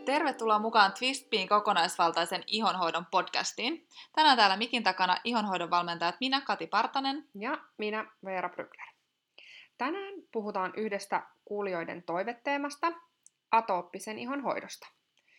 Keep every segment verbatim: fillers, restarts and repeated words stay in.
Tervetuloa mukaan Twistbeen kokonaisvaltaisen ihonhoidon podcastiin. Tänään täällä mikin takana ihonhoidon valmentajat minä, Kati Partanen. Ja minä, Veera Brygler. Tänään puhutaan yhdestä kuulijoiden toiveteemasta, atooppisen ihonhoidosta.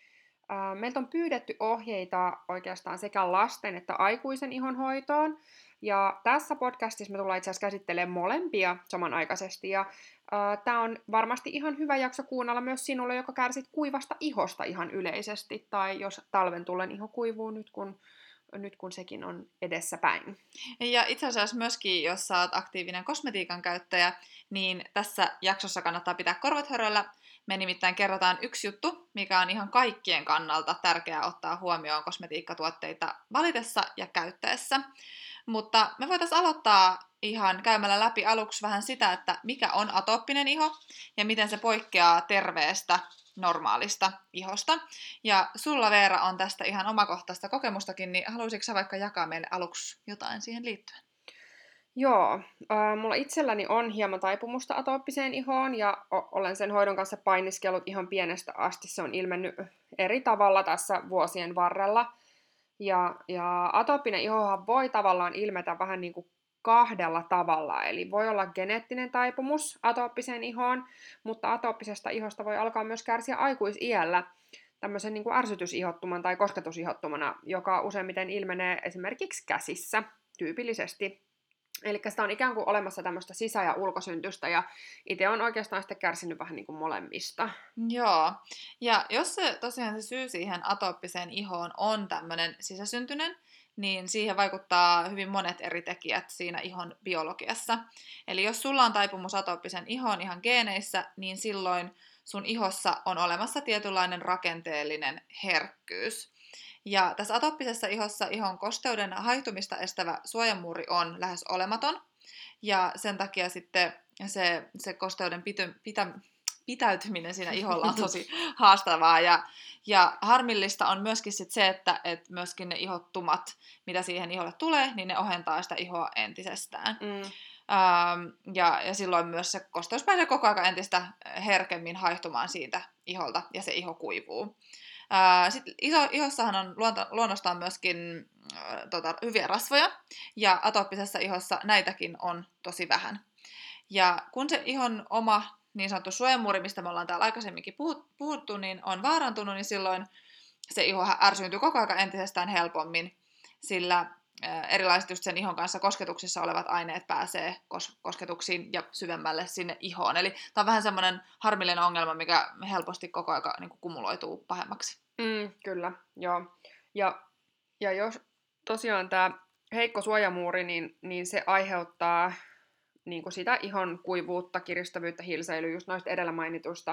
Meiltä on pyydetty ohjeita oikeastaan sekä lasten että aikuisen ihonhoitoon. Ja tässä podcastissa me tullaan itse asiassa käsittelemään molempia samanaikaisesti. Ja äh, tämä on varmasti ihan hyvä jakso kuunnella myös sinulle, joka kärsit kuivasta ihosta ihan yleisesti. Tai jos talven tullen iho kuivuu nyt kun, nyt kun sekin on edessä päin. Ja itse asiassa myöskin, jos sä oot aktiivinen kosmetiikan käyttäjä, niin tässä jaksossa kannattaa pitää korvat höröllä. Me nimittäin kerrotaan yksi juttu, mikä on ihan kaikkien kannalta tärkeää ottaa huomioon kosmetiikkatuotteita valitessa ja käyttäessä. Mutta me voitaisiin aloittaa ihan käymällä läpi aluksi vähän sitä, että mikä on atooppinen iho ja miten se poikkeaa terveestä, normaalista ihosta. Ja sulla, Veera, on tästä ihan omakohtaista kokemustakin, niin haluaisitko sä vaikka jakaa meille aluksi jotain siihen liittyen? Joo, äh, mulla itselläni on hieman taipumusta atooppiseen ihoon ja o- olen sen hoidon kanssa painiskellut ihan pienestä asti. Se on ilmennyt eri tavalla tässä vuosien varrella. Ja, ja atooppinen ihohan voi tavallaan ilmetä vähän niin kuin kahdella tavalla. Eli voi olla geneettinen taipumus atooppiseen ihoon, mutta atooppisesta ihosta voi alkaa myös kärsiä aikuisiällä tämmöisen niin kuin ärsytysihottuman tai kosketusihottumana, joka useimmiten ilmenee esimerkiksi käsissä tyypillisesti. Eli sitä on ikään kuin olemassa tämmöistä sisä- ja ulkosyntystä, ja itse on oikeastaan sitten kärsinyt vähän niin kuin molemmista. Joo, ja jos se tosiaan se syy siihen atooppiseen ihoon on tämmöinen sisäsyntyinen, niin siihen vaikuttaa hyvin monet eri tekijät siinä ihon biologiassa. Eli jos sulla on taipumus atooppisen ihoon ihan geeneissä, niin silloin sun ihossa on olemassa tietynlainen rakenteellinen herkkyys. Ja tässä atooppisessa ihossa ihon kosteuden haihtumista estävä suojamuuri on lähes olematon. Ja sen takia sitten se, se kosteuden pity, pitä, pitäytyminen siinä iholla on tosi haastavaa. Ja, ja harmillista on myöskin sit se, että et myöskin ne ihottumat, mitä siihen iholle tulee, niin ne ohentaa sitä ihoa entisestään. Mm. Ähm, ja, ja silloin myös se kosteus pääsee koko ajan entistä herkemmin haihtumaan siitä iholta ja se iho kuivuu. Sitten iso, ihossahan on luonto, luonnostaan myöskin äh, tota, hyviä rasvoja, ja atooppisessa ihossa näitäkin on tosi vähän. Ja kun se ihon oma niin sanottu suojamuuri, mistä me ollaan täällä aikaisemminkin puhuttu, niin on vaarantunut, niin silloin se iho ärsyyntyy koko ajan entisestään helpommin, sillä äh, erilaiset just sen ihon kanssa kosketuksissa olevat aineet pääsee kos- kosketuksiin ja syvemmälle sinne ihoon. Eli tämä on vähän semmoinen harmillinen ongelma, mikä helposti koko ajan niin kuin kumuloituu pahemmaksi. Mm, kyllä, joo. Ja, ja jos tosiaan tämä heikko suojamuuri, niin, niin se aiheuttaa niin kuin sitä ihon kuivuutta, kiristävyyttä, hilseilyä just noista edellä mainitusta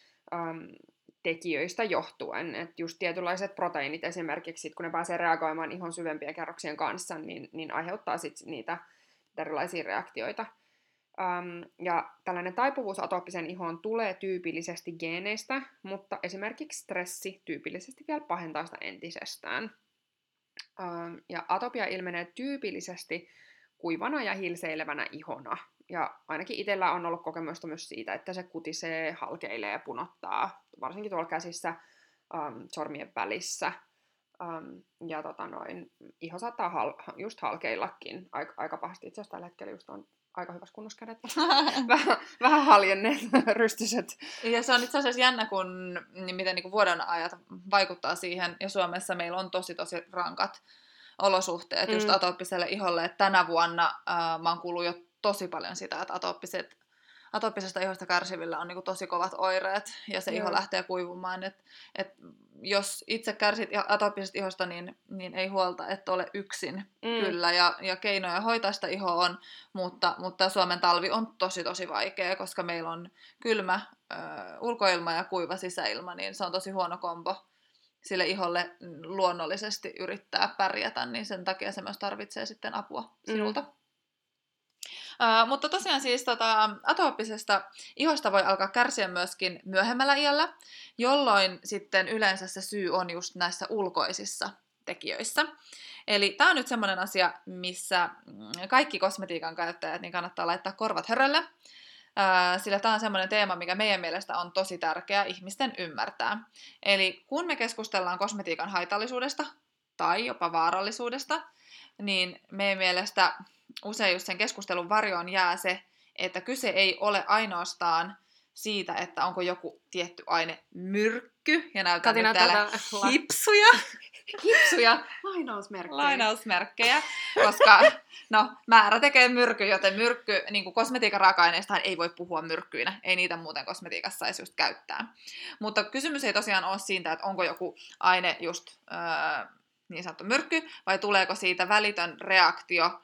äm, tekijöistä johtuen. Että just tietynlaiset proteiinit esimerkiksi, sit kun ne pääsee reagoimaan ihon syvempien kerroksien kanssa, niin, niin aiheuttaa sitten niitä erilaisia reaktioita. Um, ja tällainen taipuvuus atooppisen ihoon tulee tyypillisesti geeneistä, mutta esimerkiksi stressi tyypillisesti vielä pahentaa sitä entisestään. Um, ja atopia ilmenee tyypillisesti kuivana ja hilseilevänä ihona. Ja ainakin itsellä on ollut kokemusta myös siitä, että se kutisee, halkeilee ja punottaa, varsinkin tuolla käsissä, um, sormien välissä. Um, ja tota noin, iho saattaa hal- just halkeillakin aika, aika pahasti. Itse asiassa tällä hetkellä just on aika hyvässä kunnossa kädet. vähän, vähän haljenneet rystyset. Ja se on itse asiassa jännä, kun niin miten niin kuin vuoden ajat vaikuttaa siihen. Ja Suomessa meillä on tosi tosi rankat olosuhteet mm. just atooppiselle iholle. Et tänä vuonna ää, mä oon kuullut jo tosi paljon sitä, että atooppiset, atooppisesta ihosta kärsivillä on niin kuin tosi kovat oireet. Ja se mm. iho lähtee kuivumaan. Et, et jos itse kärsit atooppisesta ihosta, niin, niin ei huolta, että ole yksin mm. kyllä. Ja, ja keinoja hoitaa sitä ihoa on, mutta, mutta Suomen talvi on tosi tosi vaikea, koska meillä on kylmä ö, ulkoilma ja kuiva sisäilma, niin se on tosi huono kombo sille iholle luonnollisesti yrittää pärjätä, niin sen takia se myös tarvitsee sitten apua sinulta. Mm. Uh, mutta tosiaan siis tota, atooppisesta ihosta voi alkaa kärsiä myöskin myöhemmällä iällä, jolloin sitten yleensä se syy on just näissä ulkoisissa tekijöissä. Eli tämä on nyt semmoinen asia, missä kaikki kosmetiikan käyttäjät niin kannattaa laittaa korvat hörölle. sillä tämä on semmoinen teema, mikä meidän mielestä on tosi tärkeä ihmisten ymmärtää. Eli kun me keskustellaan kosmetiikan haitallisuudesta tai jopa vaarallisuudesta, niin meidän mielestä usein just sen keskustelun varjoon jää se, että kyse ei ole ainoastaan siitä, että onko joku tietty aine myrkky, ja näytän Katina nyt täällä tätä- hipsuja, Hipsuja, lainausmerkkejä. lainausmerkkejä, koska no, määrä tekee myrky, joten myrkky, niin kuin kosmetiikan raaka-aineistahan ei voi puhua myrkkyinä, ei niitä muuten kosmetiikassa saisi just käyttää. Mutta kysymys ei tosiaan ole siitä, että onko joku aine just öö, niin sanottu myrkky, vai tuleeko siitä välitön reaktio,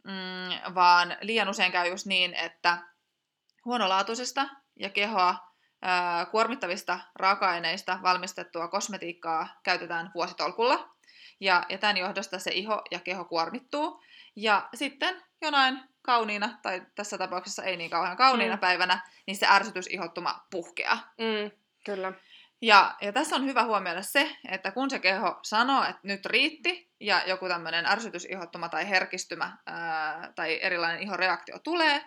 mm, vaan liian usein käy just niin, että huonolaatuisesta ja kehoa ää, kuormittavista raaka-aineista valmistettua kosmetiikkaa käytetään vuositolkulla. Ja, ja tämän johdosta se iho ja keho kuormittuu. Ja sitten jonain kauniina, tai tässä tapauksessa ei niin kauhean kauniina Mm. päivänä, niin se ärsytysihottuma puhkeaa. Mm, kyllä. Ja, ja tässä on hyvä huomioida se, että kun se keho sanoo, että nyt riitti, ja joku tämmöinen ärsytysihottuma tai herkistymä ää, tai erilainen ihoreaktio tulee,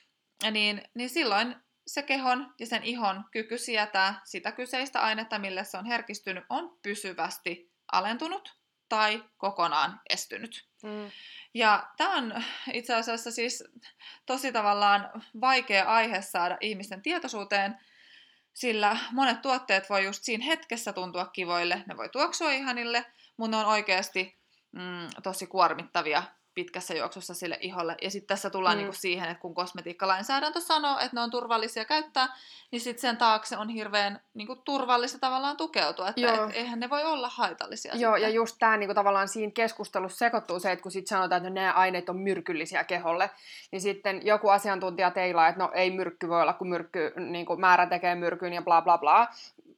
niin, niin silloin se kehon ja sen ihon kyky sietää sitä kyseistä ainetta, mille se on herkistynyt, on pysyvästi alentunut tai kokonaan estynyt. Mm. Ja tämä on itse asiassa siis tosi tavallaan vaikea aihe saada ihmisten tietoisuuteen, sillä monet tuotteet voi just siinä hetkessä tuntua kivoille, ne voi tuoksua ihanille, mutta ne on oikeasti mm, tosi kuormittavia pitkässä juoksussa sille iholle. Ja sitten tässä tullaan Mm. niinku siihen, että kun kosmetiikkalainsäädäntö sanoo, että ne on turvallisia käyttää, niin sitten sen taakse on hirveän niinku turvallista tavallaan tukeutua, että Joo. et, eihän ne voi olla haitallisia. Joo, sitten. ja just tämä niinku, tavallaan siinä keskustelussa sekoittuu se, että kun sitten sanotaan, että nämä aineet on myrkyllisiä keholle, niin sitten joku asiantuntija teilaa, että no ei myrkky voi olla, kun myrkky, niinku, määrä tekee myrkyn ja bla bla bla.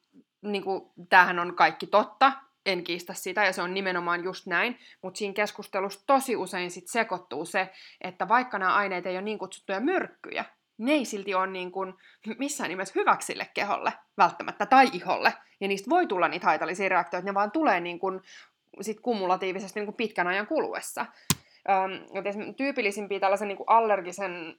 Niinku, tämähän on kaikki totta, en kiistä sitä, ja se on nimenomaan just näin, mutta siinä keskustelussa tosi usein sit sekoittuu se, että vaikka nämä aineet ei ole niin kutsuttuja myrkkyjä, ne ei silti ole niin kuin missään nimessä hyväksi sille keholle välttämättä, tai iholle, ja niistä voi tulla niitä haitallisia reaktioita, ne vaan tulee niin kuin sit kumulatiivisesti niin kuin pitkän ajan kuluessa. Ähm, tyypillisimpiä tällaisen niin kuin allergisen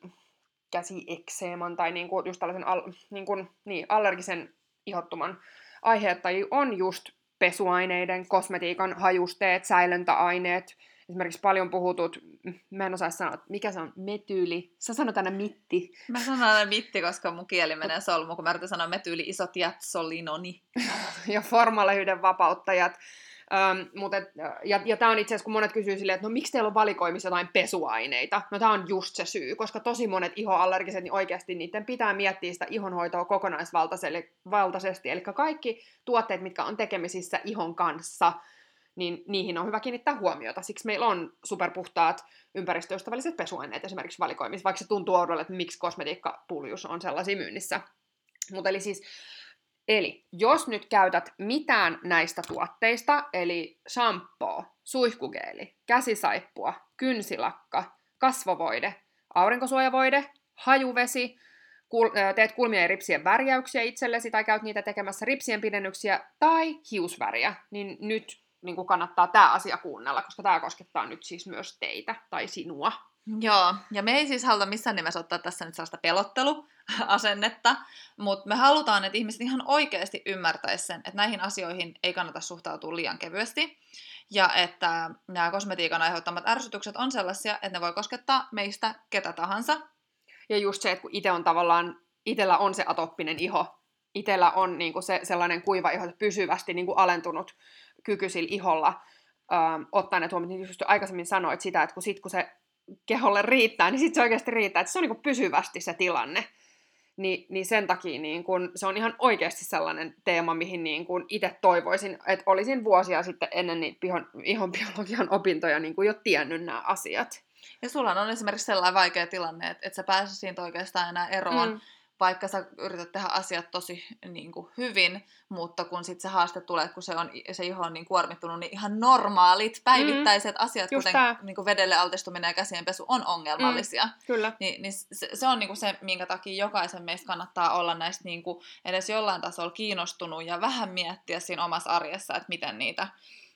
käsiekseeman tai niin kuin just tällaisen al, niin kuin, niin, allergisen ihottuman aiheuttajia on just pesuaineiden, kosmetiikan hajusteet, säilöntäaineet, esimerkiksi paljon puhutut, mä en osaa sanoa, mikä se on, metyyli, sä sanot aina mitti. Mä sanon aina mitti, koska mun kieli menee solmuun, kun mä yritän sanoa metyyli isotiatsolinoni. Ja formaldehyyden vapauttajat. Ähm, mutta et, ja ja tämä on itse asiassa, kun monet kysyy silleen, että no miksi teillä on valikoimissa jotain pesuaineita? No tämä on just se syy, koska tosi monet ihoallergiset, niin oikeasti niiden pitää miettiä sitä ihonhoitoa kokonaisvaltaisesti. Eli kaikki tuotteet, mitkä on tekemisissä ihon kanssa, niin niihin on hyvä kiinnittää huomiota. Siksi meillä on superpuhtaat ympäristöystävälliset pesuaineet esimerkiksi valikoimissa, vaikka se tuntuu oudolle, että miksi kosmetiikkapuljus on sellaisia myynnissä. Mutta eli siis Eli jos nyt käytät mitään näistä tuotteista, eli shampoo, suihkugeeli, käsisaippua, kynsilakka, kasvovoide, aurinkosuojavoide, hajuvesi, kul- teet kulmien ja ripsien värjäyksiä itsellesi tai käyt niitä tekemässä ripsien pidennyksiä tai hiusväriä, niin nyt niin kuin kannattaa tämä asia kuunnella, koska tämä koskettaa nyt siis myös teitä tai sinua. Joo, ja me ei siis haluta missään nimessä ottaa tässä nyt sellaista pelotteluasennetta, mutta me halutaan, että ihmiset ihan oikeasti ymmärtäisi sen, että näihin asioihin ei kannata suhtautua liian kevyesti, ja että nämä kosmetiikan aiheuttamat ärsytykset on sellaisia, että ne voi koskettaa meistä ketä tahansa. Ja just se, että kun itse on tavallaan, itsellä on se atoppinen iho, itsellä on niinku se sellainen kuiva iho, pysyvästi niinku alentunut kyky sillä iholla, ähm, ottaa ne huomioon, niin just aikaisemmin sanoit sitä, että kun, sit, kun se keholle riittää, niin sitten se oikeasti riittää, että se on niin kuin pysyvästi se tilanne. Ni, niin sen takia niin kun, se on ihan oikeasti sellainen teema, mihin niin kun itse toivoisin, että olisin vuosia sitten ennen niin pihon, ihon biologian opintoja niin kun jo tiennyt nämä asiat. Ja sulla on esimerkiksi sellainen vaikea tilanne, että et sä pääse siitä oikeastaan enää eroon, mm. vaikka sä yrität tehdä asiat tosi niin kuin, hyvin, mutta kun sitten se haaste tulee, kun se, on, se iho on niin kuormittunut, niin ihan normaalit päivittäiset mm. asiat, just kuten niin kuin vedelle altistuminen ja käsienpesu, on ongelmallisia. Mm. Kyllä. Ni, niin se, se on niin kuin se, minkä takia jokaisen meistä kannattaa olla näistä niin kuin, edes jollain tasolla kiinnostunut ja vähän miettiä siinä omassa arjessa, että miten niitä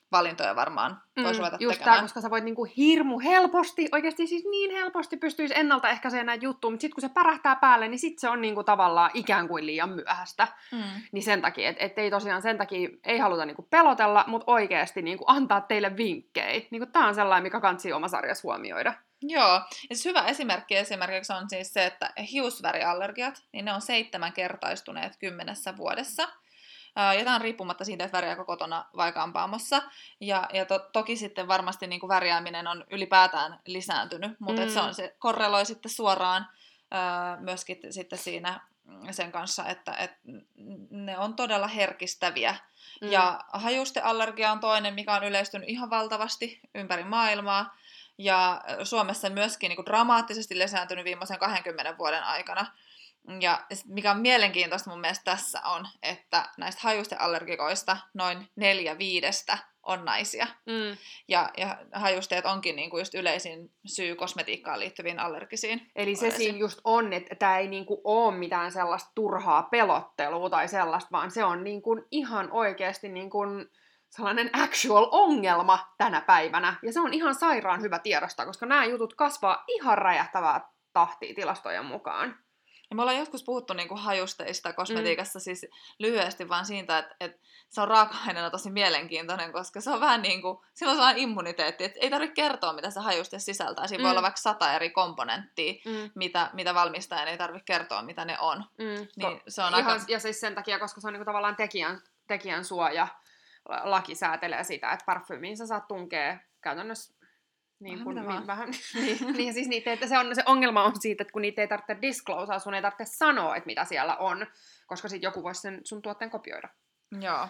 valintoja varmaan voisi Mm, ruveta just tää, tekemään. koska sä voit niinku hirmu helposti, oikeasti siis niin helposti pystyisi ennaltaehkäisemään näitä juttuja, mutta sitten kun se pärähtää päälle, niin sitten se on niinku tavallaan ikään kuin liian myöhäistä. Mm. Niin sen takia, että et ei tosiaan sen takia, ei haluta niinku pelotella, mutta oikeasti niinku antaa teille vinkkejä. Niinku tää on sellainen, mikä kansi omassa sarjassa huomioida. Joo, ja siis hyvä esimerkki esimerkiksi on siis se, että hiusväriallergiat, niin ne on seitsemänkertaistuneet kymmenessä vuodessa. Ja tämä on riippumatta siitä, että värjääkö kotona vai kampaamossa. Ja, ja to, toki sitten varmasti niin kuin värjääminen on ylipäätään lisääntynyt, mutta mm. se, on, se korreloi sitten suoraan ää, myöskin sitten siinä sen kanssa, että et ne on todella herkistäviä. Mm. Ja hajusteallergia on toinen, mikä on yleistynyt ihan valtavasti ympäri maailmaa. Ja Suomessa myöskin niin kuin dramaattisesti lisääntynyt viimeisen kahdenkymmenen vuoden aikana. Ja mikä on mielenkiintoista mun mielestä tässä on, että näistä hajusteallergikoista noin neljä viidestä on naisia. Mm. Ja, ja hajusteet onkin niinku just yleisin syy kosmetiikkaan liittyviin allergisiin. Eli se siinä just on, että tämä ei niinku ole mitään sellaista turhaa pelottelua tai sellaista, vaan se on niinku ihan oikeasti niinku sellainen actual ongelma tänä päivänä. Ja se on ihan sairaan hyvä tiedostaa, koska nämä jutut kasvaa ihan räjähtävää tahtia tilastojen mukaan. Ja me ollaan joskus puhuttu niinku hajusteista kosmetiikassa mm. siis lyhyesti vaan siitä, että, että se on raaka-aineena tosi mielenkiintoinen, koska se on vähän niin kuin, sillä on sellainen immuniteetti, että ei tarvitse kertoa, mitä se hajuste sisältää. Siinä mm. voi olla vaikka sata eri komponenttia, mm. mitä, mitä valmistajan ei tarvitse kertoa, mitä ne on. Mm. Niin se on ihan, aika... Ja siis sen takia, koska se on niinku tavallaan tekijän, tekijän suoja, laki säätelee sitä, että parfyymiin sä saat tunkea käytännössä niin kun, niin, vähän, niin, niin siis niitä, että se, on, se ongelma on siitä, että kun niitä ei tarvitse disclosea, sun ei tarvitse sanoa, että mitä siellä on, koska sitten joku voisi sen sun tuotteen kopioida. Joo.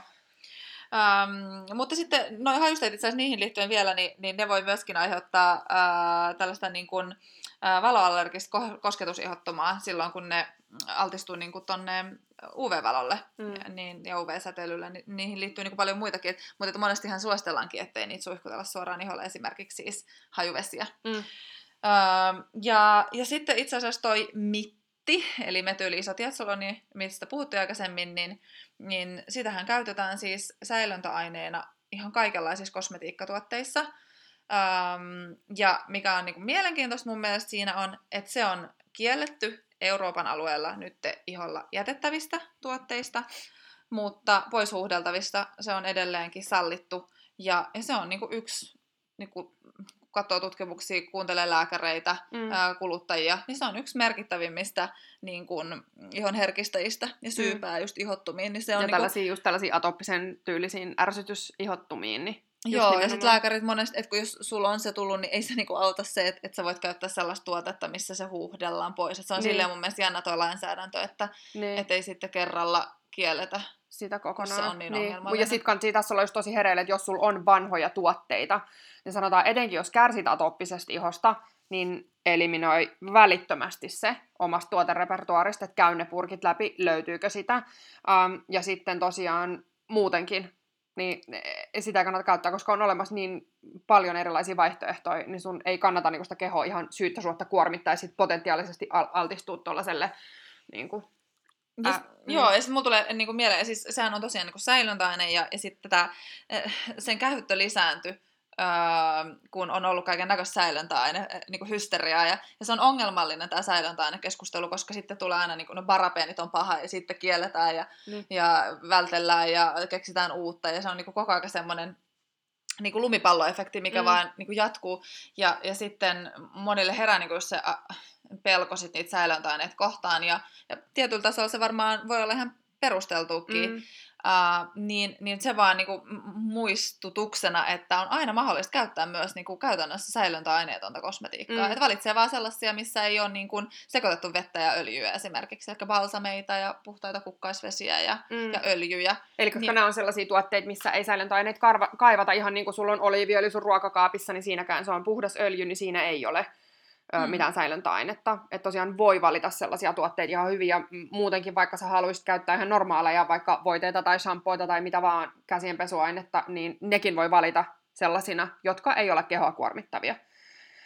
Ähm, mutta sitten noi hajusteet itse asiassa niihin liittyen vielä, niin, niin ne voi myöskin aiheuttaa äh, tällaista niin kuin, äh, valoallergista kosketusihottumaa silloin, kun ne altistuu niin kuin tonne U V-valolle mm. niin, ja U V-säteilylle. Ni, niihin liittyy niin kuin paljon muitakin, et, mutta että monestihan suositellaankin, ettei niitä suihkutella suoraan iholle, esimerkiksi siis hajuvesiä. Mm. Ähm, ja, ja sitten itse asiassa toi mitti, eli metyyli-isotiatsoloni, mistä puhuttiin aikaisemmin, niin, niin sitähän käytetään siis säilöntäaineena ihan kaikenlaisissa kosmetiikkatuotteissa. Ähm, ja mikä on niin kuin mielenkiintoista mun mielestä siinä on, että se on kielletty Euroopan alueella nyt iholla jätettävistä tuotteista, mutta pois huuhdeltavista se on edelleenkin sallittu. Ja, ja se on niin kuin yksi, niin kuin, kun katsoo tutkimuksia, kuuntelee lääkäreitä, mm. ää, kuluttajia, niin se on yksi merkittävimmistä niin kuin, ihon herkistäjistä ja syypää mm. just ihottumiin. Niin se on ja niin tällaisia, kuin... just tällaisia atooppisen tyylisiin ärsytysihottumiin, niin joo, ja sitten lääkärit monesti, että kun jos sulla on se tullut, niin ei se niinku auta se, että, että sä voit käyttää sellaista tuotetta, missä se huuhdellaan pois. Et se on niin. Silleen mun mielestä jännä tuo lainsäädäntö, että niin. ei sitten kerralla kielletä sitä kokonaan. Se on niin, niin. ongelmallinen. Ja sitten kannattaa tässä olla just tosi hereillä, että jos sulla on vanhoja tuotteita, niin sanotaan etenkin, jos kärsit atooppisesta ihosta, niin eliminoi välittömästi se omasta tuoterepertuaarista, että käy ne purkit läpi, löytyykö sitä. Um, ja sitten tosiaan muutenkin, niin sitä ei kannata käyttää, koska on olemassa niin paljon erilaisia vaihtoehtoja, niin sun ei kannata niin sitä kehoa ihan syyttä suotta kuormittaa ja sit potentiaalisesti altistua tuollaiselle niin kuin, Ja, äh, joo, ja sitten mulla tulee niin kuin mieleen, siis sehän on tosiaan niin kuin säilöntäaine, ja, ja sitten tämä, sen käyttö lisääntyi, öö, kun on ollut kaiken näköistä säilöntäaine, niin kuin hysteriaa, ja, ja se on ongelmallinen tämä säilöntäainekeskustelu, koska sitten tulee aina, niin kuin, no parabeenit on paha, ja sitten kielletään, ja, mm. ja vältellään, ja keksitään uutta, ja se on niin kuin koko ajan semmoinen niin kuin lumipalloefekti, mikä mm. vaan niin kuin jatkuu, ja, ja sitten monille herää niin kuin se a, pelko sit niitä säilöntäaineita kohtaan, ja, ja tietyllä tasolla se varmaan voi olla ihan perusteltuukin, mm. uh, niin, niin se vaan niin kuin muistutuksena, että on aina mahdollista käyttää myös niin kuin käytännössä säilöntäaineetonta kosmetiikkaa, mm. että valitsee vaan sellaisia, missä ei ole niin kuin sekoitettu vettä ja öljyä esimerkiksi, ehkä balsameita ja puhtaita kukkaisvesiä ja, mm. ja öljyjä. Eli koska niin, nämä on sellaisia tuotteita, missä ei säilöntäaineet karva, kaivata ihan niin kuin sulla on oliiviöljy sun ruokakaapissa, niin siinäkään se on puhdas öljy, niin siinä ei ole Mm. mitään säilöntäainetta. Että tosiaan voi valita sellaisia tuotteita ihan hyvin, ja muutenkin vaikka sä haluaisit käyttää ihan normaaleja, vaikka voiteita tai shampoita tai mitä vaan käsienpesuainetta, niin nekin voi valita sellaisina, jotka ei ole kehoa kuormittavia.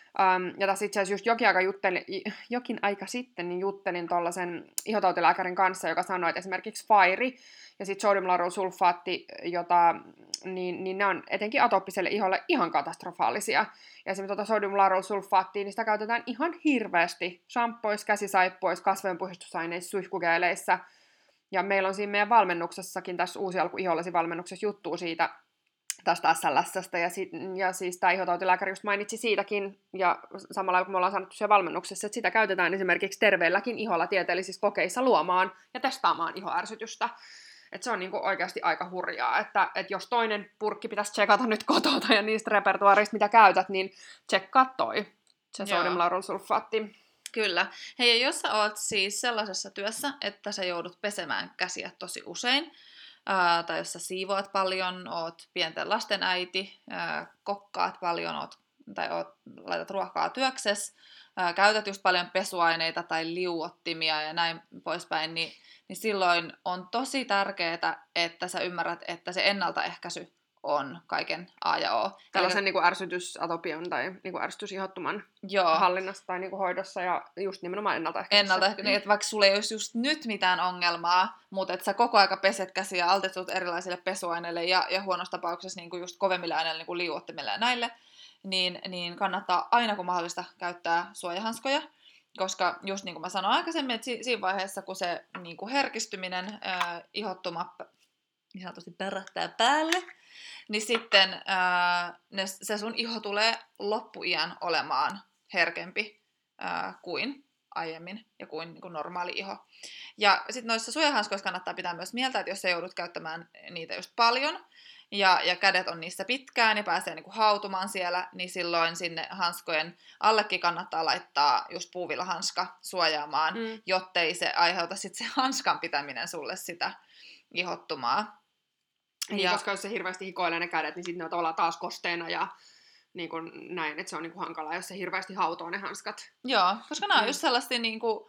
Um, ja tässä itse asiassa just jokin aika, juttelin, jokin aika sitten niin juttelin tuollaisen ihotautilääkärin kanssa, joka sanoi, että esimerkiksi Fairy ja sitten sodium lauryl sulfaatti, jota, niin, niin ne on etenkin atooppiselle iholle ihan katastrofaalisia. Ja esimerkiksi tuota sodium lauryl sulfaattia, niin sitä käytetään ihan hirveästi shampoissa, käsisaippuissa, kasvojenpuhdistusaineissa, suihkugeeleissä. Ja meillä on siinä meidän valmennuksessakin, tässä Uusi alku ihollesi valmennuksessa juttua siitä, tästä S L S:stä, ja, si- ja siis tämä ihotautilääkäri just mainitsi siitäkin, ja samalla kun me ollaan sanottu siellä valmennuksessa, että sitä käytetään esimerkiksi terveelläkin iholla tieteellisissä kokeissa luomaan ja testaamaan ihoärsytystä. Että se on niinku oikeasti aika hurjaa, että et jos toinen purkki pitäisi tsekata nyt kotota ja niistä repertuaarista, mitä käytät, niin tsekkaa toi, se sodium lauryl sulfaatti. Kyllä. Hei, ja jos sä oot siis sellaisessa työssä, että sä joudut pesemään käsiä tosi usein, ää, tai jos sä siivoat paljon, oot pienten lasten äiti, ää, kokkaat paljon, oot, tai oot, laitat ruokaa työksessä, ää, käytät just paljon pesuaineita tai liuottimia ja näin poispäin, niin, niin silloin on tosi tärkeää, että sä ymmärrät, että se ennaltaehkäisy on kaiken A ja O. Tällaisen niin kuin ärsytysatopian tai niin kuin ärsytysihottuman Joo. hallinnassa tai niin kuin hoidossa ja just nimenomaan ennaltaehkäisyssä. Ennaltaehkäisyssä, niin että vaikka sulla ei olisi just nyt mitään ongelmaa, mutta että sä koko aika peset käsiä ja altistut erilaisille pesuaineille ja, ja huonossa tapauksessa niin kuin just kovemmille aineille, niin kuin liuottimille ja näille, niin, niin kannattaa aina kun mahdollista käyttää suojahanskoja. Koska just niin kuin mä sanoin aikaisemmin, että si- siinä vaiheessa kun se niin kuin herkistyminen, ää, ihottuma niin sanotusti pärähtää päälle, niin sitten ää, ne, se sun iho tulee loppuiän olemaan herkempi ää, kuin aiemmin ja kuin, niin kuin normaali iho. Ja sitten noissa suojahanskoissa kannattaa pitää myös mieltä, että jos sä joudut käyttämään niitä just paljon, ja, ja kädet on niissä pitkään ja pääsee niin kuin hautumaan siellä, niin silloin sinne hanskojen allekin kannattaa laittaa just puuvillahanska suojaamaan, mm. jottei se aiheuta sit se hanskan pitäminen sulle sitä ihottumaa. Niin, ja, koska jos se hirveästi hikoilee ne kädet, niin sitten ne on tavallaan taas kosteena ja niin kuin näin, että se on niin kuin hankalaa, jos se hirveästi hautoo ne hanskat. Joo, koska nämä on mm. just sellaisia niin kuin,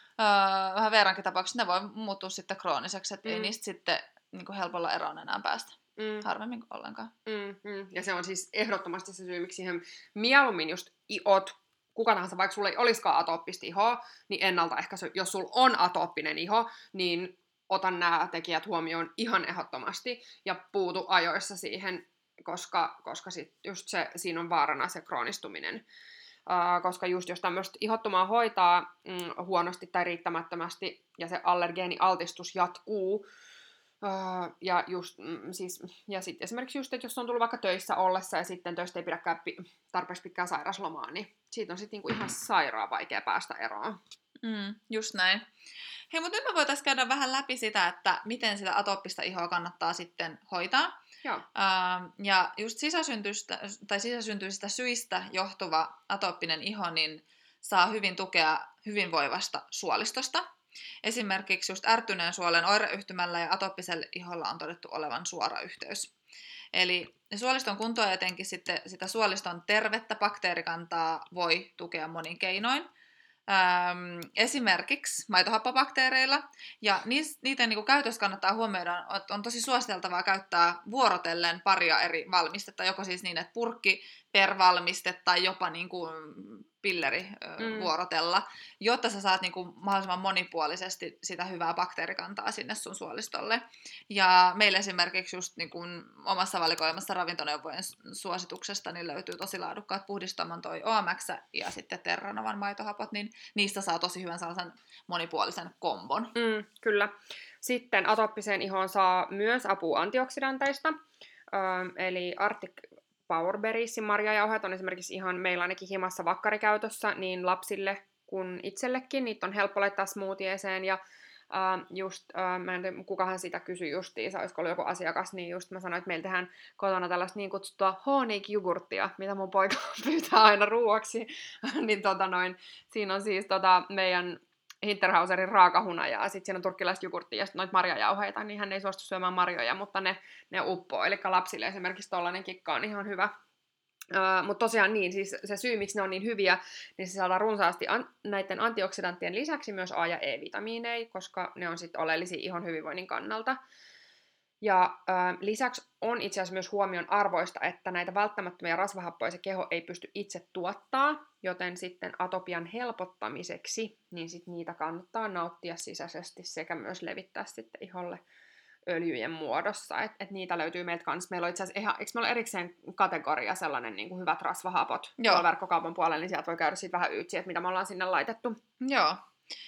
äh, vähän verrankin tapauksessa, ne voi muuttua sitten krooniseksi, että mm. ei niistä sitten niin kuin helpolla eroon enää päästä. Mm. Harvemmin ollenkaan. Mm, mm. Ja se on siis ehdottomasti se syy, miksi siihen mieluummin just oot kuka tahansa, vaikka sulla ei olisikaan atooppista ihoa, niin ennaltaehkäisy, jos sulla on atooppinen iho, niin otan nämä tekijät huomioon ihan ehdottomasti ja puutu ajoissa siihen, koska, koska sit just se, siinä on vaarana se kroonistuminen. Uh, koska just jos tämmöistä ihottumaa hoitaa mm, huonosti tai riittämättömästi ja se allergeenialtistus jatkuu, Uh, ja just, mm, siis, ja sitten esimerkiksi just, että jos on tullut vaikka töissä ollessa ja sitten töistä ei pidäkään pi- tarpeeksi pitkää sairaslomaa, niin siitä on sitten niinku ihan sairaan vaikea päästä eroon. Mm, just näin. Hei, mutta nyt me voitaisiin käydä vähän läpi sitä, että miten sitä atooppista ihoa kannattaa sitten hoitaa. Joo. Uh, ja just sisäsyntyistä, tai sisäsyntyisistä syistä johtuva atooppinen iho niin saa hyvin tukea hyvinvoivasta suolistosta. Esimerkiksi just ärtyneen suolen oireyhtymällä ja atooppisella iholla on todettu olevan suora yhteys. Eli suoliston kuntoa ja etenkin sitten sitä suoliston tervettä bakteerikantaa voi tukea monin keinoin. Ähm, esimerkiksi maitohappobakteereilla. Ja niis, niiden niin kuin käytössä kannattaa huomioida, että on tosi suositeltavaa käyttää vuorotellen paria eri valmistetta, joko siis niin, että purkki per valmiste tai jopa niin kuin pilleri mm. vuorotella, jotta sä saat niin kuin mahdollisimman monipuolisesti sitä hyvää bakteerikantaa sinne sun suolistolle. Ja meillä esimerkiksi just niin kuin omassa valikoimassa ravintoneuvojen suosituksesta niin löytyy tosi laadukkaat puhdistaman toi O M X ja sitten Terranovan maitohapot, niin niistä saa tosi hyvän sellaisen monipuolisen kombon. Mm, kyllä. Sitten atooppiseen ihoon saa myös apua antioksidanteista, öö, eli Arctic Powerberriesin marjajauheet on esimerkiksi ihan meillä ainakin himassa vakkarikäytössä niin lapsille kuin itsellekin. Niitä on helppo laittaa smoothieeseen ja äh, just, äh, mä en tiedä, kukahan sitä kysyi justiinsa, olisiko ollut joku asiakas, niin just mä sanoin, että meillä tehdään kotona tällaista niin kutsuttua honey-jogurttia, mitä mun poika pyytää aina ruuaksi. niin tota noin, siinä on siis tota meidän Hinterhauserin raakahunajaa, ja sitten siinä on turkkilaista jogurttia ja sitten noita marjajauheita, niin hän ei suostu syömään marjoja, mutta ne, ne uppoo. Eli lapsille esimerkiksi tollainen kikka on ihan hyvä. Uh, mutta tosiaan niin, siis se syy, miksi ne on niin hyviä, niin se saadaan runsaasti an- näiden antioksidanttien lisäksi myös A- ja E-vitamiineja, koska ne on sitten oleellisia ihon hyvinvoinnin kannalta. Ja ö, lisäksi on itse asiassa myös huomion arvoista, että näitä välttämättömiä rasvahappoja se keho ei pysty itse tuottaa, joten sitten atopian helpottamiseksi, niin sit niitä kannattaa nauttia sisäisesti sekä myös levittää sitten iholle öljyjen muodossa. Et, et niitä löytyy meiltä kanssa. Meillä on itse asiassa ihan, eikö meillä ole erikseen kategoria sellainen niin kuin hyvät rasvahapot Joo. tuolla verkkokaupan puolella, niin sieltä voi käydä sitten vähän yytsiä, että mitä me ollaan sinne laitettu. Joo.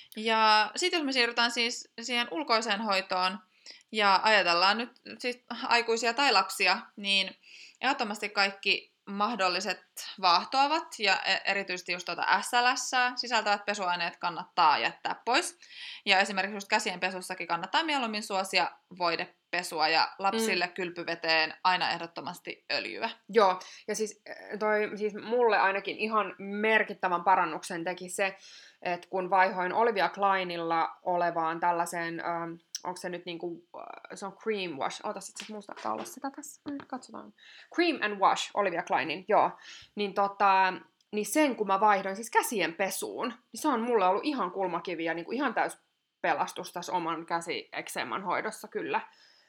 Ja sitten jos me siirrytään siis siihen ulkoiseen hoitoon ja ajatellaan nyt siis aikuisia tai lapsia, niin ehdottomasti kaikki mahdolliset vaahtoavat ja erityisesti just tuota S L S sisältävät pesuaineet kannattaa jättää pois. Ja esimerkiksi just käsien pesussakin kannattaa mieluummin suosia voidepesua ja lapsille mm. kylpyveteen aina ehdottomasti öljyä. Joo, ja siis, toi, siis mulle ainakin ihan merkittävän parannuksen teki se, että kun vaihoin Olivia Kleinilla olevaan tällaiseen, ähm, onko se nyt niinku, se on cream wash, oota sit se musta olla sitä tässä, katsotaan. Cream and wash, Olivia Kleinin, joo. Niin tota, niin sen kun mä vaihdoin siis käsien pesuun, niin se on mulle ollut ihan kulmakivi ja niinku ihan täys pelastus tässä oman käsiekseeman hoidossa kyllä.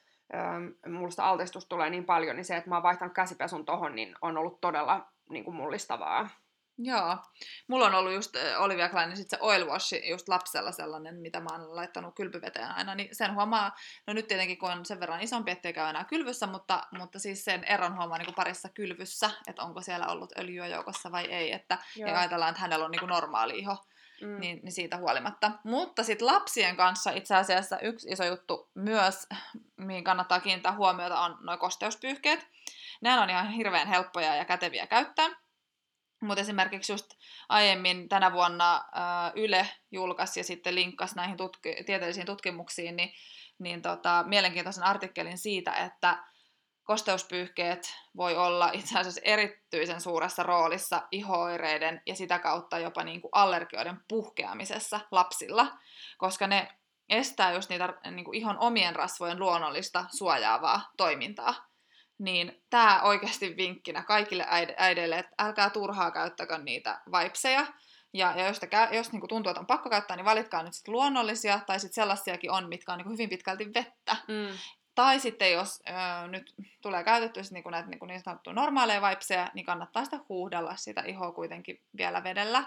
Ähm, mulla sitä altistusta tulee niin paljon, niin se, että mä oon vaihtanut käsipesun tohon, niin on ollut todella niinku mullistavaa. Joo. Mulla on ollut just Olivia Kleinin sit se oil wash just lapsella sellainen, mitä mä oon laittanut kylpyveteen aina, niin sen huomaa, no nyt tietenkin kun on sen verran isompi, ettei käy enää kylvyssä, mutta, mutta siis sen eron huomaa niin kuin parissa kylvyssä, että onko siellä ollut öljyä joukossa vai ei, että ja ajatellaan, että hänellä on niin kuin normaali iho, mm. niin, niin siitä huolimatta. Mutta sitten lapsien kanssa itse asiassa yksi iso juttu myös, mihin kannattaa kiinnittää huomiota, on nuo kosteuspyyhkeet. Nämä on ihan hirveän helppoja ja käteviä käyttää. Mutta esimerkiksi just aiemmin tänä vuonna ää, Yle julkaisi ja sitten linkkasi näihin tutki- tieteellisiin tutkimuksiin niin, niin tota, mielenkiintoisen artikkelin siitä, että kosteuspyyhkeet voi olla itse asiassa erityisen suuressa roolissa iho-oireiden ja sitä kautta jopa niinku allergioiden puhkeamisessa lapsilla, koska ne estää just niitä niinku ihon omien rasvojen luonnollista suojaavaa toimintaa. Niin tää oikeasti vinkkinä kaikille äideille, että älkää turhaa käyttäkö niitä vipseja. Ja, ja jos, te, jos niinku tuntuu, että on pakko käyttää, niin valitkaa nyt sit luonnollisia, tai sitten sellaisiakin on, mitkä on niinku hyvin pitkälti vettä. Mm. Tai sitten jos ö, nyt tulee käytetty sit niinku näitä niinku niin sanottuja normaaleja vipseja, niin kannattaa sitä huuhdella sitä ihoa kuitenkin vielä vedellä.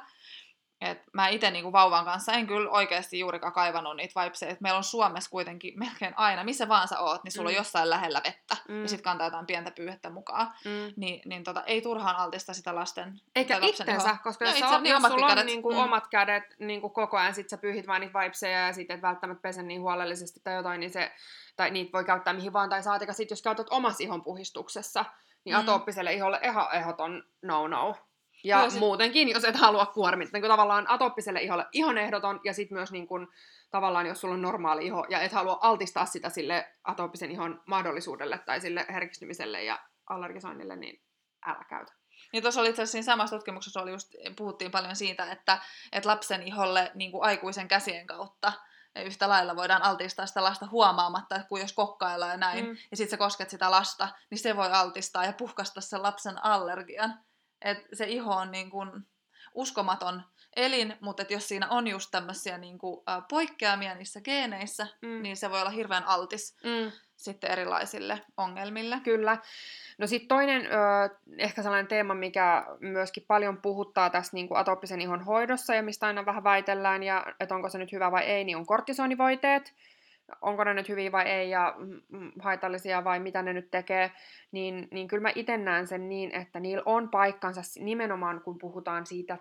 Et mä itse niinku vauvan kanssa en kyllä oikeasti juurikaan kaivannut niitä vibeseja. Meillä on Suomessa kuitenkin melkein aina, missä vaan sä oot, niin sulla mm. on jossain lähellä vettä. Mm. Ja sit kantaa jotain pientä pyyhettä mukaan. Mm. Ni, niin tota, ei turhaan altista sitä lasten... Eikä itsensä, iho. Koska jos, itse, on, niin jos sulla on niinku mm. omat kädet niinku koko ajan, sit sä pyyhit vaan niitä vibeseja ja sit et välttämättä pese niin huolellisesti tai jotain, niin se, tai niitä voi käyttää mihin vaan. Tai saatika sit, jos käytät omassa ihon puhistuksessa, niin mm. atooppiselle iholle ihan ehdoton no-no. Ja sit... muutenkin, jos et halua kuormittaa, niin tavallaan atooppiselle iholle ihan ehdoton, ja sitten myös niin kun, tavallaan, jos sulla on normaali iho, ja et halua altistaa sitä sille atooppisen ihon mahdollisuudelle, tai sille herkistymiselle ja allergisoinnille, niin älä käytä. Ja tuossa oli itse asiassa siinä samassa tutkimuksessa oli just, puhuttiin paljon siitä, että, että lapsen iholle niin kuin aikuisen käsien kautta yhtä lailla voidaan altistaa sitä lasta huomaamatta, että kun jos kokkaillaan ja näin, mm. ja sitten sä kosket sitä lasta, niin se voi altistaa ja puhkasta sen lapsen allergian. Että se iho on niin kuin uskomaton elin, mutta jos siinä on just tämmöisiä niin kuin, ä, poikkeamia niissä geeneissä, mm. niin se voi olla hirveän altis mm. sitten erilaisille ongelmille. Kyllä. No sitten toinen ö, ehkä sellainen teema, mikä myöskin paljon puhuttaa tässä niin kuin atooppisen ihon hoidossa ja mistä aina vähän väitellään, ja että onko se nyt hyvä vai ei, niin on kortisonivoiteet. Onko ne nyt hyviä vai ei ja haitallisia vai mitä ne nyt tekee, niin, niin kyllä mä itse näen sen niin, että niillä on paikkansa nimenomaan, kun puhutaan siitä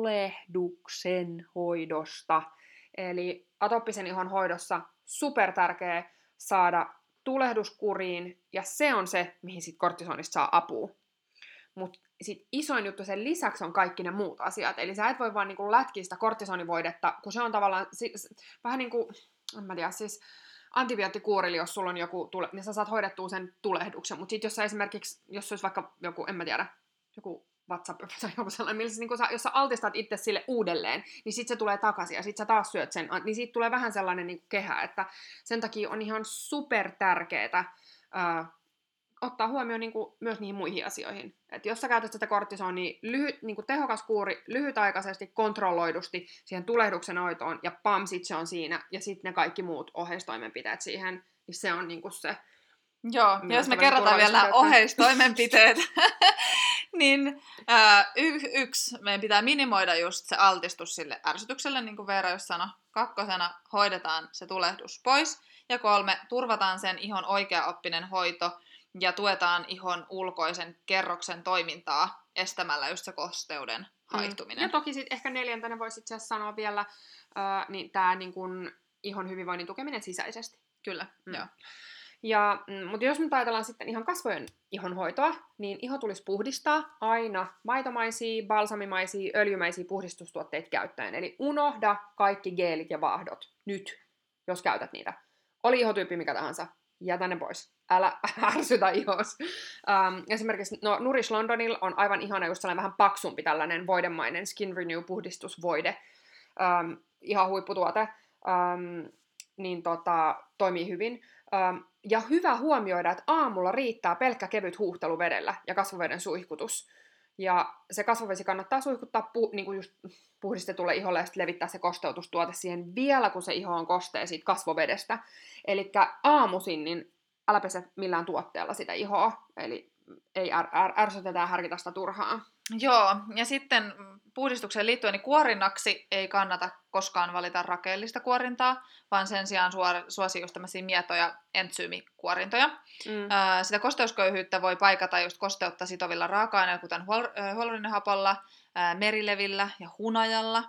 tulehduksen hoidosta. Eli atooppisen ihon hoidossa super tärkeä saada tulehdus kuriin, ja se on se, mihin sit kortisonista saa apua. Mutta sitten isoin juttu sen lisäksi on kaikki ne muut asiat. Eli sä et voi vaan niinku lätkiä sitä kortisonivoidetta, kun se on tavallaan si- vähän niin kuin, en mä tiedä, siis antibioottikuurilla, jos sulla on joku, tule- niin sä saat hoidettua sen tulehduksen. Mutta sitten jos sä esimerkiksi, jos olisi vaikka joku, en mä tiedä, joku WhatsApp tai joku sellainen, millä sä, niin sä, jos sä altistat itse sille uudelleen, niin sitten se tulee takaisin ja sitten sä taas syöt sen, niin siitä tulee vähän sellainen niin kehä, että sen takia on ihan super tärkeetä ää, ottaa huomioon niin kuin, myös niihin muihin asioihin. Et jos sä käytät sitä kortisonia, lyhyt, niin kuin tehokas kuuri, lyhytaikaisesti, kontrolloidusti siihen tulehduksen hoitoon, ja pam, sit se on siinä, ja sitten ne kaikki muut oheistoimenpiteet siihen, niin se on niin kuin se Joo, ja jos me kerrotaan vielä nämä oheistoimenpiteet, niin ää, y- yksi, meidän pitää minimoida just se altistus sille ärsytykselle, niin kuin Veera just sanoi. Kakkosena hoidetaan se tulehdus pois. Ja kolme, turvataan sen ihon oikeaoppinen hoito ja tuetaan ihon ulkoisen kerroksen toimintaa estämällä just se kosteuden haihtuminen. Mm. Ja toki sitten ehkä neljäntenä voisi itse asiassa sanoa vielä äh, niin tämä niin kun ihon hyvinvoinnin tukeminen sisäisesti. Kyllä, mm. joo. Ja, mutta jos nyt ajatellaan sitten ihan kasvojen ihonhoitoa, niin iho tulisi puhdistaa aina maitomaisia, balsamimaisia, öljymäisiä puhdistustuotteita käyttäen. Eli unohda kaikki geelit ja vaahdot nyt, jos käytät niitä. Oli ihotyyppi mikä tahansa, jätä ne pois. Älä ärsytä ihos. Um, esimerkiksi no, Nourish Londonilla on aivan ihana just sellainen vähän paksumpi tällainen voidemainen Skin Renew puhdistusvoide. Um, ihan huipputuote. Um, niin tota, toimii hyvin. Um, ja hyvä huomioida, että aamulla riittää pelkkä kevyt huuhtelu vedellä ja kasvoveden suihkutus. Ja se kasvovesi kannattaa suihkuttaa pu- niin kuin just puhdistetulle iholle ja sitten levittää se kosteutustuote siihen vielä, kun se iho on kostea siitä kasvovedestä. Eli aamuisin, niin älä pese millään tuotteella sitä ihoa. Eli ei är- är- ärsytetä ja härkitä sitä turhaa. Joo, ja sitten puhdistukseen liittyen niin kuorinnaksi ei kannata koskaan valita rakeellista kuorintaa, vaan sen sijaan suosii just tämmöisiä mieto- ja entsyymikuorintoja. Mm. Sitä kosteusköyhyyttä voi paikata just kosteutta sitovilla raaka-aineilla, kuten hyaluronihapolla, merilevillä ja hunajalla.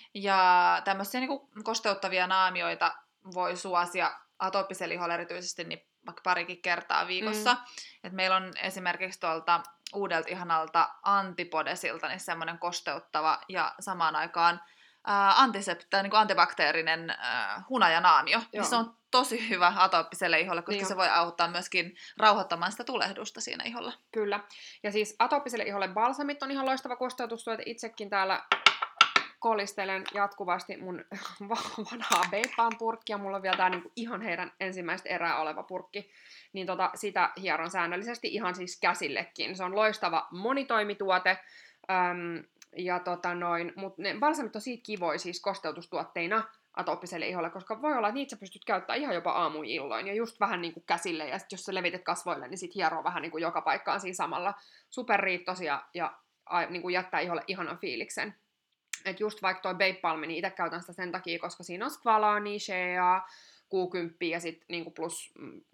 Ja tämmöisiä niin kuin kosteuttavia naamioita voi suosia atooppiselle iholle erityisesti niin vaikka parikin kertaa viikossa. Mm. Et meillä on esimerkiksi tuolta uudelta ihanalta Antipodesilta niin semmoinen kosteuttava ja samaan aikaan ää, antiseptä, niin kuin antibakteerinen ää, hunajanaamio. Ja se on tosi hyvä atooppiselle iholle, koska niin se voi auttaa myöskin rauhoittamaan sitä tulehdusta siinä iholla. Kyllä. Ja siis atooppiselle iholle balsamit on ihan loistava kosteutustuote. Itsekin täällä kolistelen jatkuvasti mun vanhaa Babe purkkia. Mulla on vielä tää niinku ihan heidän ensimmäistä erää oleva purkki. Niin tota, sitä hieron säännöllisesti ihan siis käsillekin. Se on loistava monitoimituote. Öm, ja tota noin, mut ne balsamit on siitä kivoja siis kosteutustuotteina atooppiselle iholle, koska voi olla, että niitä sä pystyt käyttämään ihan jopa aamuin illoin. Ja just vähän niinku käsille. Ja sit jos sä levität kasvoille, niin sit hieroo vähän niinku joka paikkaan siinä samalla. Superriittosia ja a, niinku jättää iholle ihanan fiiliksen. Että just vaikka toi Babe Balm, niin itse käytän sitä sen takia, koska siinä on squalane, shea, Q kymmenen ja sit niinku plus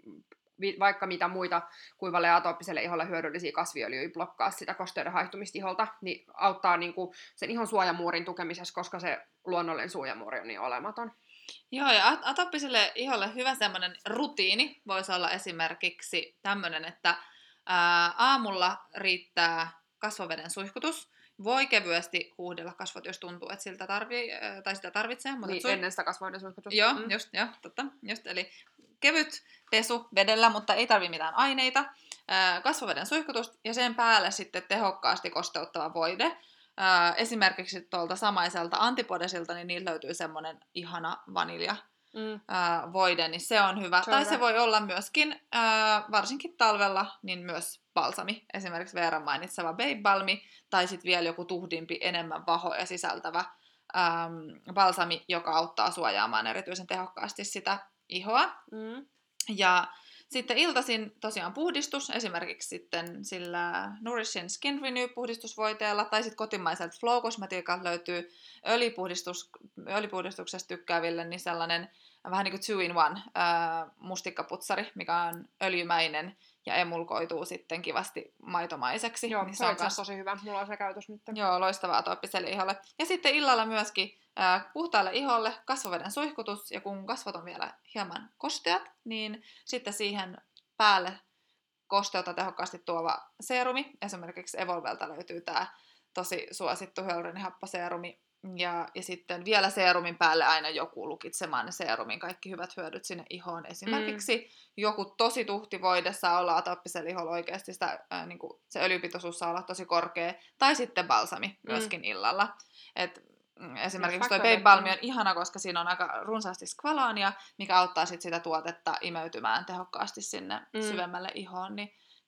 vi, vaikka mitä muita kuivalle ja atooppiselle iholle hyödyllisiä kasviöljyjä blokkaa sitä kosteuden haihtumista iholta, niin auttaa niinku sen ihon suojamuurin tukemisessa, koska se luonnollinen suojamuuri on niin olematon. Joo, ja atooppiselle iholle hyvä semmoinen rutiini voisi olla esimerkiksi tämmöinen, että ää, aamulla riittää kasvoveden suihkutus. Voi kevyesti huuhdella kasvot, jos tuntuu, että siltä tarvii, tai sitä tarvitsee. Mutta niin, sui... ennen sitä kasvoiden suihkutusta. Joo, mm. just, joo, totta. Just, eli kevyt pesu vedellä, mutta ei tarvitse mitään aineita. Kasvoveden suihkutus ja sen päälle sitten tehokkaasti kosteuttava voide. Esimerkiksi tuolta samaiselta Antipodesilta, niin niillä löytyy semmoinen ihana vanilja. Mm. Ää, voide, niin se on hyvä. Se on tai hyvä. Se voi olla myöskin, ää, varsinkin talvella, niin myös balsami. Esimerkiksi Veeran mainitseva Babe Balmi, tai sitten vielä joku tuhdimpi, enemmän vahoja sisältävä äm, balsami, joka auttaa suojaamaan erityisen tehokkaasti sitä ihoa. Mm. Ja sitten iltaisin tosiaan puhdistus, esimerkiksi sitten sillä Nourishin Skin Renew-puhdistusvoiteella, tai sitten kotimaiselta Flow Cosmetiikalta löytyy öljypuhdistus, öljypuhdistuksesta tykkääville, niin sellainen vähän niin kuin two-in-one äh, mustikkaputsari, mikä on öljymäinen ja emulkoituu sitten kivasti maitomaiseksi. Joo, niin se on kans... tosi hyvä. Mulla on se käytös nyt. Joo, loistavaa atooppiselle iholle. Ja sitten illalla myöskin äh, puhtaalle iholle kasvoveden suihkutus, ja kun kasvot on vielä hieman kosteat, niin sitten siihen päälle kosteutta tehokkaasti tuova seerumi. Esimerkiksi Evolvelta löytyy tämä tosi suosittu hyaluronihaposeerumi. Ja, ja sitten vielä seerumin päälle aina joku lukitsemaan seerumin kaikki hyvät hyödyt sinne ihoon. Esimerkiksi mm. joku tosi tuhtivoide saa olla atooppisella iholla oikeasti, sitä, ää, niin kuin se öljypitoisuus saa olla tosi korkea. Tai sitten balsami myöskin mm. illalla. Et, mm, esimerkiksi toi Babe Balm on ihana, koska siinä on aika runsaasti squalania, mikä auttaa sit sitä tuotetta imeytymään tehokkaasti sinne mm. syvemmälle ihoon. Niin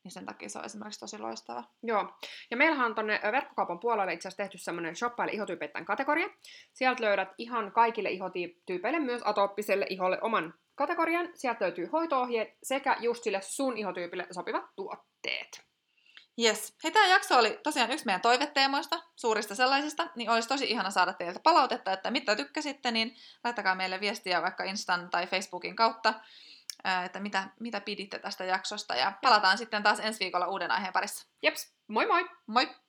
niin sen takia se on esimerkiksi tosi loistava. Joo, ja meillähän on tonne verkkokaupan puolelle itse asiassa tehty semmoinen shoppaile ihotyypeittäin kategoria. Sieltä löydät ihan kaikille ihotyypeille, myös atooppiselle iholle oman kategorian. Sieltä löytyy hoito-ohjeet sekä just sille sun ihotyypille sopivat tuotteet. Jes. Hei, tämä jakso oli tosiaan yksi meidän toiveteemoista, suurista sellaisista, niin olisi tosi ihana saada teiltä palautetta, että mitä tykkäsitte, niin laittakaa meille viestiä vaikka Instan tai Facebookin kautta, että mitä, mitä piditte tästä jaksosta, ja palataan sitten taas ensi viikolla uuden aiheen parissa. Jeps, moi moi! Moi!